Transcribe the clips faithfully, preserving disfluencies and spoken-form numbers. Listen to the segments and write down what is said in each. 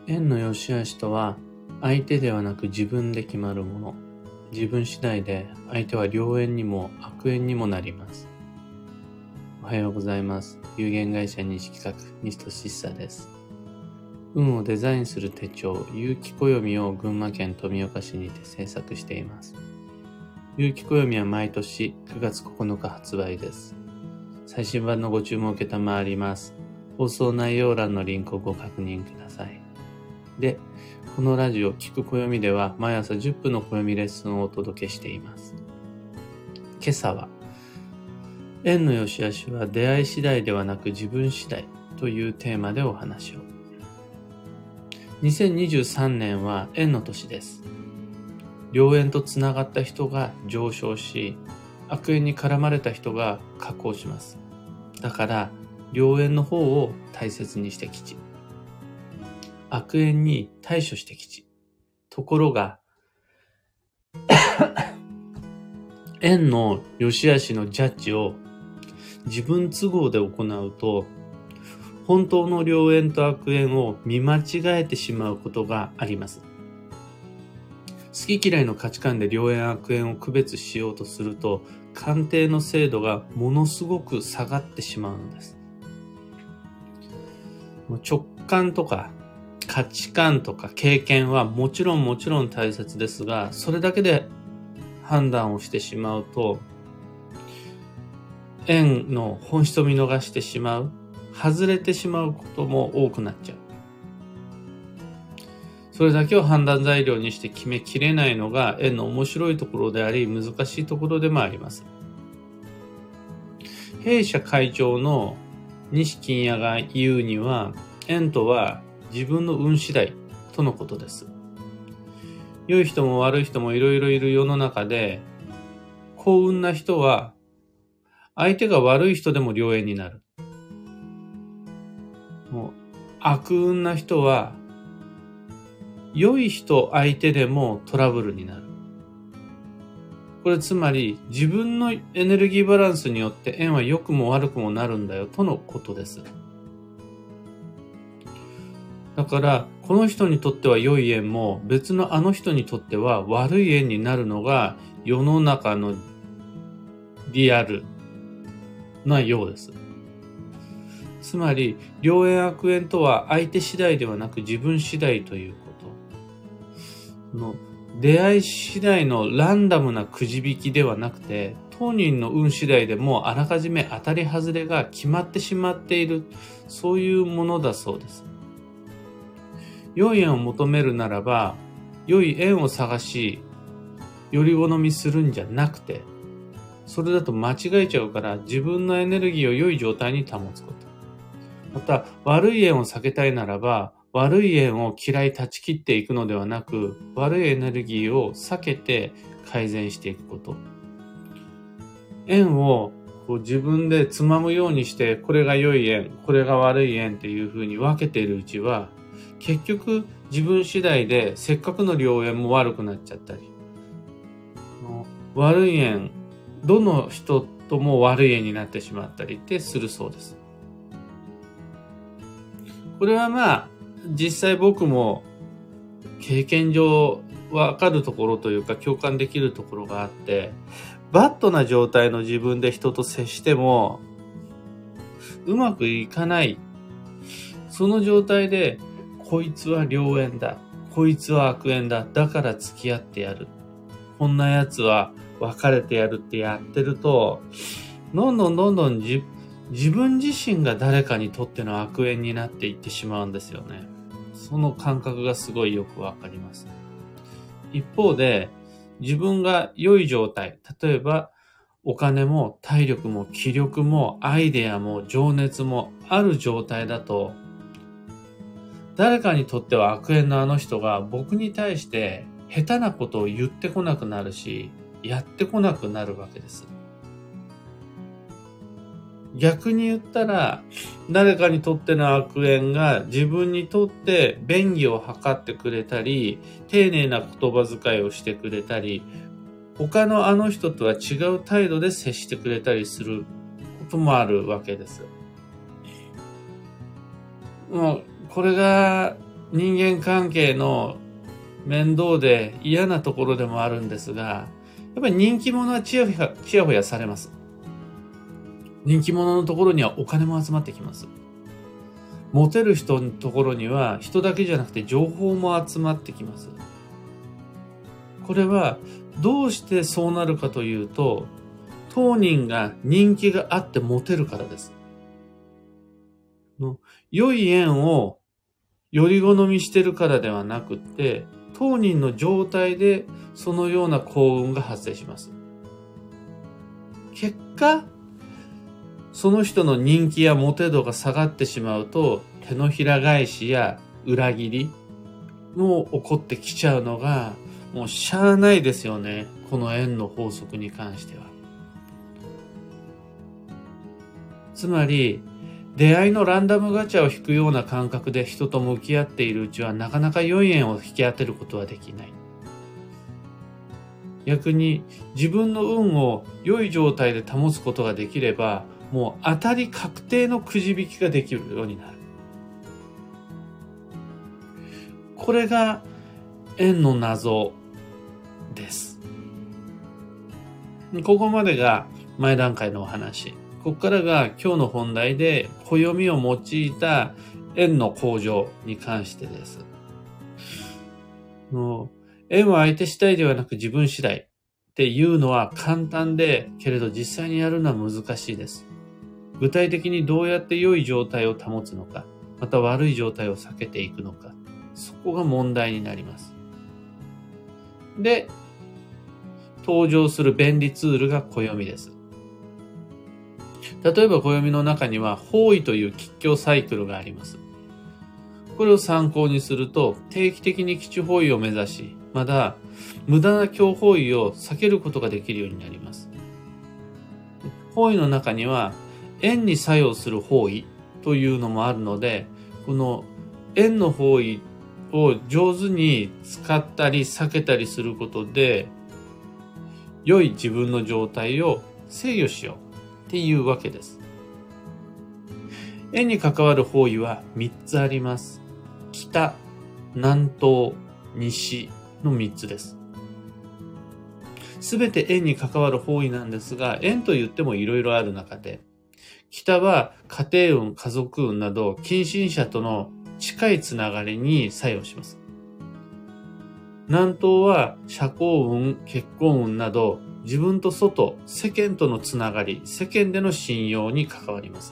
縁の良し悪しとは、相手ではなく自分で決まるもの。自分次第で相手は良縁にも悪縁にもなります。おはようございます。有限会社西企画西俊久です。運をデザインする手帳、有機暦を群馬県富岡市にて制作しています。有機暦は毎年くがつここのか発売です。最新版のご注文を承ります。放送内容欄のリンクをご確認ください。で、このラジオ聞く暦では毎朝じゅっぷんの暦レッスンをお届けしています。今朝は、縁の良し悪しは出会い次第ではなく自分次第というテーマでお話を。にせんにじゅうさんねんは縁の年です。良縁とつながった人が上昇し、悪縁に絡まれた人が下降します。だから、良縁の方を大切にして吉。悪縁に対処して吉。ところが、縁の良し悪しのジャッジを自分都合で行うと、本当の良縁と悪縁を見間違えてしまうことがあります。好き嫌いの価値観で良縁悪縁を区別しようとすると、鑑定の精度がものすごく下がってしまうのです。直感とか価値観とか経験はもちろんもちろん大切ですが、それだけで判断をしてしまうと、縁の本質を見逃してしまう、外れてしまうことも多くなっちゃう。それだけを判断材料にして決めきれないのが縁の面白いところであり、難しいところでもあります。弊社会長の西金也が言うには、縁とは自分の運次第とのことです。良い人も悪い人もいろいろいる世の中で、幸運な人は相手が悪い人でも良縁になる。もう悪運な人は良い人相手でもトラブルになる。これつまり自分のエネルギーバランスによって縁は良くも悪くもなるんだよとのことです。だからこの人にとっては良い縁も別のあの人にとっては悪い縁になるのが世の中のリアルなようです。つまり良縁悪縁とは相手次第ではなく自分次第ということ。の出会い次第のランダムなくじ引きではなくて、当人の運次第でもあらかじめ当たり外れが決まってしまっている、そういうものだそうです。良い縁を求めるならば、良い縁を探し、より好みするんじゃなくて、それだと間違えちゃうから自分のエネルギーを良い状態に保つこと。また、悪い縁を避けたいならば、悪い縁を嫌い断ち切っていくのではなく、悪いエネルギーを避けて改善していくこと。縁をこう自分でつまむようにして、これが良い縁、これが悪い縁っていう風に分けているうちは、結局自分次第でせっかくの良縁も悪くなっちゃったり、悪い縁、どの人とも悪い縁になってしまったりってするそうです。これはまあ、実際僕も経験上わかるところというか共感できるところがあって、バッドな状態の自分で人と接してもうまくいかない。その状態でこいつは良縁だ、こいつは悪縁だ、だから付き合ってやる。こんなやつは別れてやるってやってると、どんどんどんどん自自分自身が誰かにとっての悪縁になっていってしまうんですよね。その感覚がすごいよくわかります。一方で、自分が良い状態、例えばお金も体力も気力もアイデアも情熱もある状態だと、誰かにとっては悪縁のあの人が僕に対して下手なことを言ってこなくなるし、やってこなくなるわけです。逆に言ったら、誰かにとっての悪縁が自分にとって便宜を図ってくれたり、丁寧な言葉遣いをしてくれたり、他のあの人とは違う態度で接してくれたりすることもあるわけです。もうこれが人間関係の面倒で嫌なところでもあるんですが、やっぱり人気者はちやほや、ちやほやされます。人気者のところにはお金も集まってきます。モテる人のところには人だけじゃなくて情報も集まってきます。これはどうしてそうなるかというと、当人が人気があってモテるからです。の良い縁をより好みしてるからではなくって、当人の状態でそのような幸運が発生します。結果、その人の人気やモテ度が下がってしまうと、手のひら返しや裏切りも起こってきちゃうのが、もうしゃあないですよね。この縁の法則に関しては。つまり、出会いのランダムガチャを引くような感覚で人と向き合っているうちはなかなか良い縁を引き当てることはできない。逆に自分の運を良い状態で保つことができれば、もう当たり確定のくじ引きができるようになる。これが縁の謎です。ここまでが前段階のお話。ここからが今日の本題で暦を用いた縁の向上に関してです。もう縁は相手次第ではなく自分次第っていうのは簡単で、けれど実際にやるのは難しいです。具体的にどうやって良い状態を保つのか、また悪い状態を避けていくのか、そこが問題になります。で、登場する便利ツールが暦です。例えば暦の中には方位という吉凶サイクルがあります。これを参考にすると定期的に吉方位を目指し、また無駄な強方位を避けることができるようになります。方位の中には縁に作用する方位というのもあるので、この縁の方位を上手に使ったり避けたりすることで、良い自分の状態を制御しようっていうわけです。縁に関わる方位はみっつあります。北、南東、西のみっつです。すべて縁に関わる方位なんですが、縁と言ってもいろいろある中で、北は家庭運、家族運など近親者との近いつながりに作用します。南東は社交運、結婚運など自分と外、世間とのつながり、世間での信用に関わります。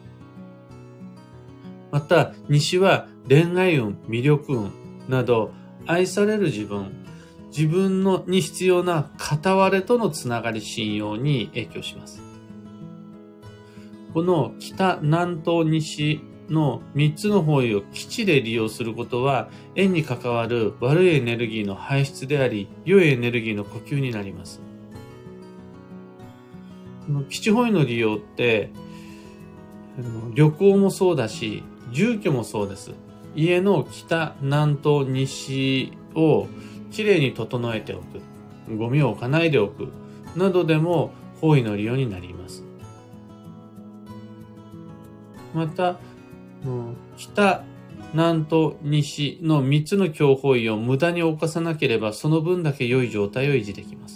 また、西は恋愛運、魅力運など愛される自分、自分のに必要な片割れとのつながり、信用に影響します。この北、南東、西のみっつの方位を基地で利用することは、縁に関わる悪いエネルギーの排出であり、良いエネルギーの呼吸になります。この基地方位の利用って、旅行もそうだし、住居もそうです。家の北、南東、西をきれいに整えておく、ゴミを置かないでおく、などでも方位の利用になります。また、北、南東、西のみっつの強方位を無駄に侵さなければ、その分だけ良い状態を維持できます。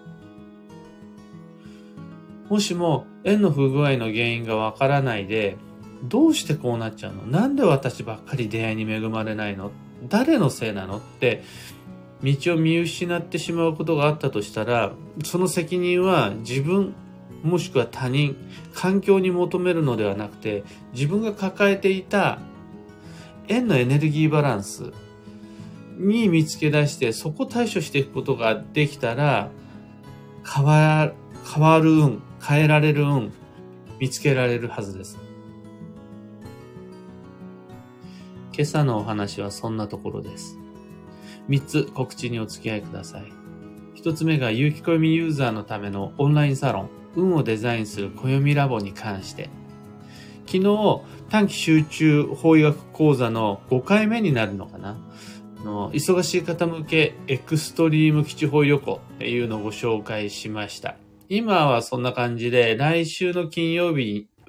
もしも縁の不具合の原因がわからないで、どうしてこうなっちゃうの？なんで私ばっかり出会いに恵まれないの？誰のせいなの？って道を見失ってしまうことがあったとしたら、その責任は自分もしくは他人、環境に求めるのではなくて、自分が抱えていた縁のエネルギーバランスに見つけ出して、そこを対処していくことができたら、変わ、変わる運、変えられる運、見つけられるはずです。今朝のお話はそんなところです。みっつ告知にお付き合いください。ひとつめが有機暦ユーザーのためのオンラインサロン、運をデザインする暦ラボに関して、昨日短期集中法医学講座のごかいめになるのかな、の忙しい方向けエクストリーム基地法予行っていうのをご紹介しました。今はそんな感じで、来週の金曜日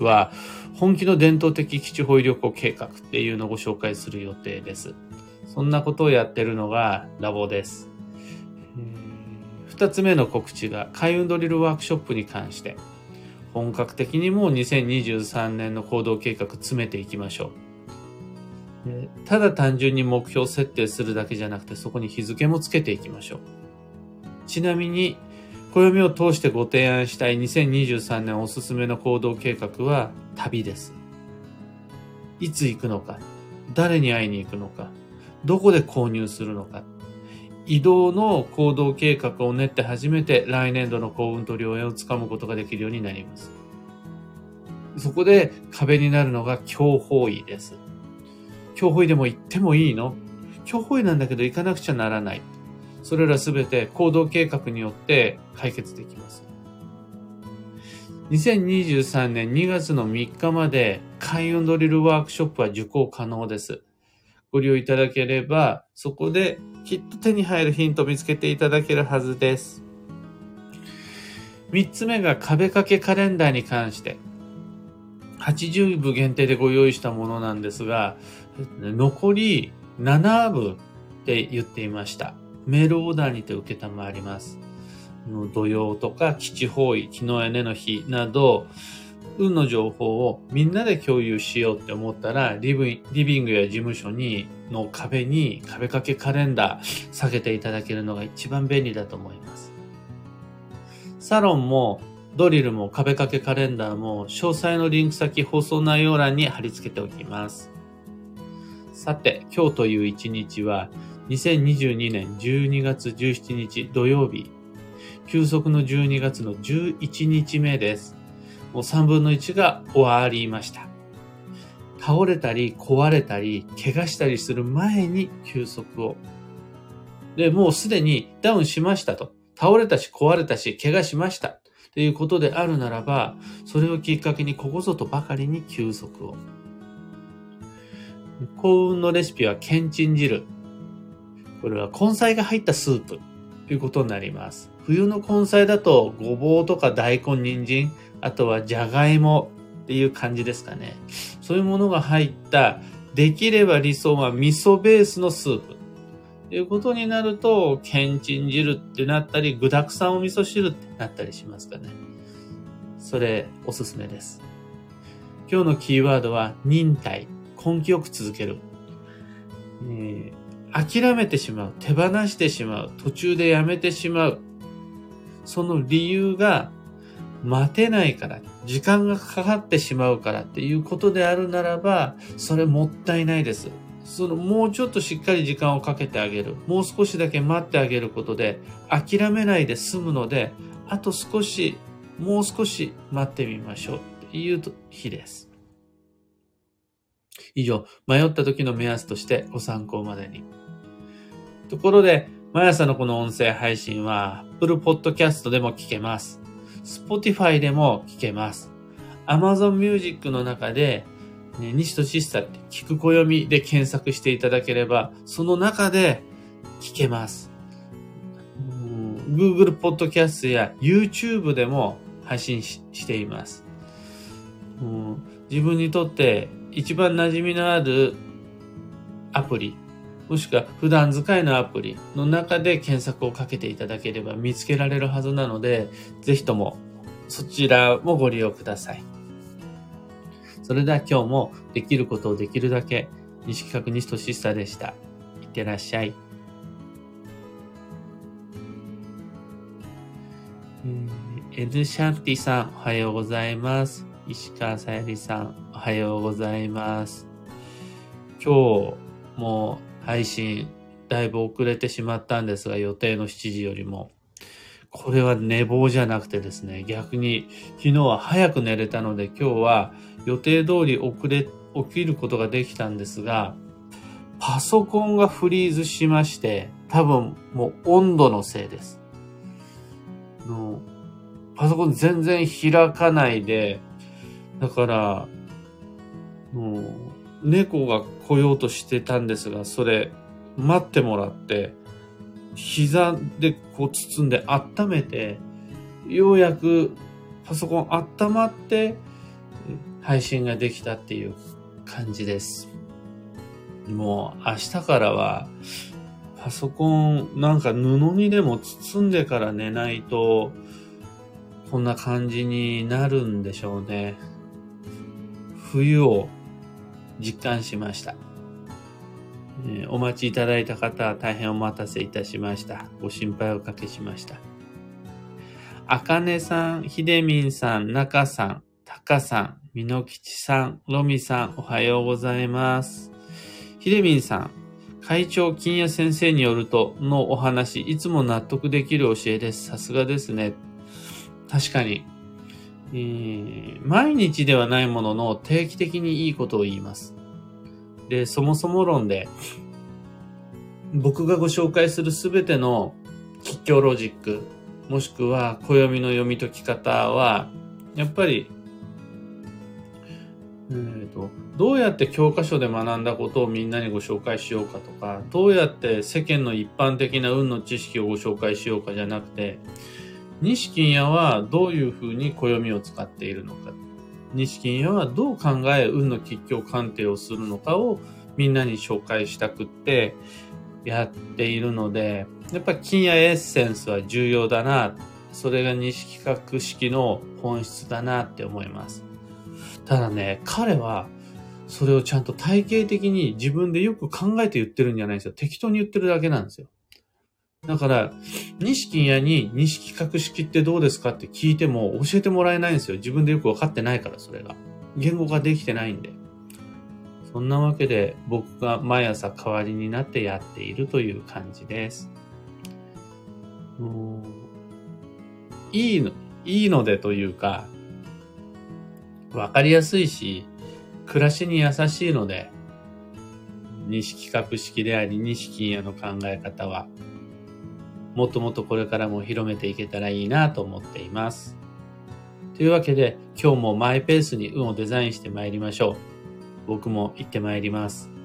は本気の伝統的基地包囲旅行計画っていうのをご紹介する予定です。そんなことをやってるのがラボです。二つ目の告知が開運ドリルワークショップに関して、本格的にもうにせんにじゅうさんねんの行動計画詰めていきましょう。ただ単純に目標設定するだけじゃなくて、そこに日付もつけていきましょう。ちなみに暦を通してご提案したいにせんにじゅうさんねんおすすめの行動計画は旅です。いつ行くのか、誰に会いに行くのか、どこで購入するのか、移動の行動計画を練って初めて来年度の幸運と良縁をつかむことができるようになります。そこで壁になるのが強法医です。強法医でも行ってもいいの？強法医なんだけど行かなくちゃならない。それらすべて行動計画によって解決できます。にせんにじゅうさんねんにがつのみっかまで開運ドリルワークショップは受講可能です。ご利用いただければ、そこできっと手に入るヒントを見つけていただけるはずです。みっつめが壁掛けカレンダーに関して、はちじゅうぶ限定でご用意したものなんですが、残りななぶって言っていました。メールオーダーにて受けたまわります。土曜とか基地方位、木のエネの日など、運の情報をみんなで共有しようって思ったら、リビリビングや事務所にの壁に壁掛けカレンダー下げていただけるのが一番便利だと思います。サロンもドリルも壁掛けカレンダーも詳細のリンク先放送内容欄に貼り付けておきます。さて、今日という一日はにせんにじゅうにねんじゅうにがつじゅうしちにち土曜日、休息のじゅうにがつのじゅういちにちめです。もうさんぶんのいちが終わりました。倒れたり壊れたり怪我したりする前に休息を。で、もうすでにダウンしましたと。倒れたし壊れたし怪我しましたということであるならば、それをきっかけにここぞとばかりに休息を。幸運のレシピはけんちん汁。これは根菜が入ったスープということになります。冬の根菜だとごぼうとか大根、人参、あとはじゃがいもっていう感じですかね。そういうものが入った、できれば理想は味噌ベースのスープ。ということになると、けんちん汁ってなったり、具沢山お味噌汁ってなったりしますかね。それ、おすすめです。今日のキーワードは、忍耐。根気よく続ける。えー、諦めてしまう。手放してしまう。途中でやめてしまう。その理由が、待てないから、時間がかかってしまうからっていうことであるならば、それもったいないです。そのもうちょっとしっかり時間をかけてあげる。もう少しだけ待ってあげることで、諦めないで済むので、あと少し、もう少し待ってみましょうっていう日です。以上、迷った時の目安としてご参考までに。ところで、毎朝のこの音声配信は、Apple Podcast でも聞けます。Spotify でも聞けます。Amazon Music の中で、ね、西俊久って聞く暦で検索していただければ、その中で聞けます。Google Podcast や YouTube でも配信 し, しています。自分にとって一番馴染みのあるアプリ、もしくは普段使いのアプリの中で検索をかけていただければ見つけられるはずなので、ぜひともそちらもご利用ください。それでは今日もできることをできるだけ、西企画西俊久でした。いってらっしゃい。エルシャンティさん、おはようございます。石川さゆりさん、おはようございます。今日も配信だいぶ遅れてしまったんですが、予定のしちじよりも。これは寝坊じゃなくてですね、逆に昨日は早く寝れたので今日は予定通り遅れ、起きることができたんですが、パソコンがフリーズしまして、多分もう温度のせいです。のパソコン全然開かないで、だから、もう猫が来ようとしてたんですが、それ待ってもらって、膝でこう包んで温めて、ようやくパソコン温まって配信ができたっていう感じです。もう明日からはパソコンなんか布にでも包んでから寝ないとこんな感じになるんでしょうね。冬を実感しました。えー、お待ちいただいた方、大変お待たせいたしました。ご心配おかけしました。あかねさん、ひでみんさん、なかさん、たかさん、みのきちさん、ろみさん、おはようございます。ひでみんさん、会長金谷先生によるとのお話、いつも納得できる教えです。さすがですね。確かに、えー、毎日ではないものの定期的にいいことを言います。で、そもそも論で、僕がご紹介するすべての吉祥ロジック、もしくは暦の読み解き方は、やっぱり、えーと、どうやって教科書で学んだことをみんなにご紹介しようかとか、どうやって世間の一般的な運の知識をご紹介しようかじゃなくて、西金谷はどういうふうに暦を使っているのか、西金谷はどう考え運の吉祥鑑定をするのかをみんなに紹介したくってやっているので、やっぱり金谷エッセンスは重要だな、それが西企画式の本質だなって思います。ただね、彼はそれをちゃんと体系的に自分でよく考えて言ってるんじゃないんですよ。適当に言ってるだけなんですよ。だから、西金谷に西企画式ってどうですかって聞いても教えてもらえないんですよ。自分でよくわかってないから、それが。言語化できてないんで。そんなわけで僕が毎朝代わりになってやっているという感じです。もういいの、いいのでというか、わかりやすいし、暮らしに優しいので、西企画式であり、西金谷の考え方は、もっともっとこれからも広めていけたらいいなと思っています。というわけで、今日もマイペースに運をデザインしてまいりましょう。僕も行ってまいります。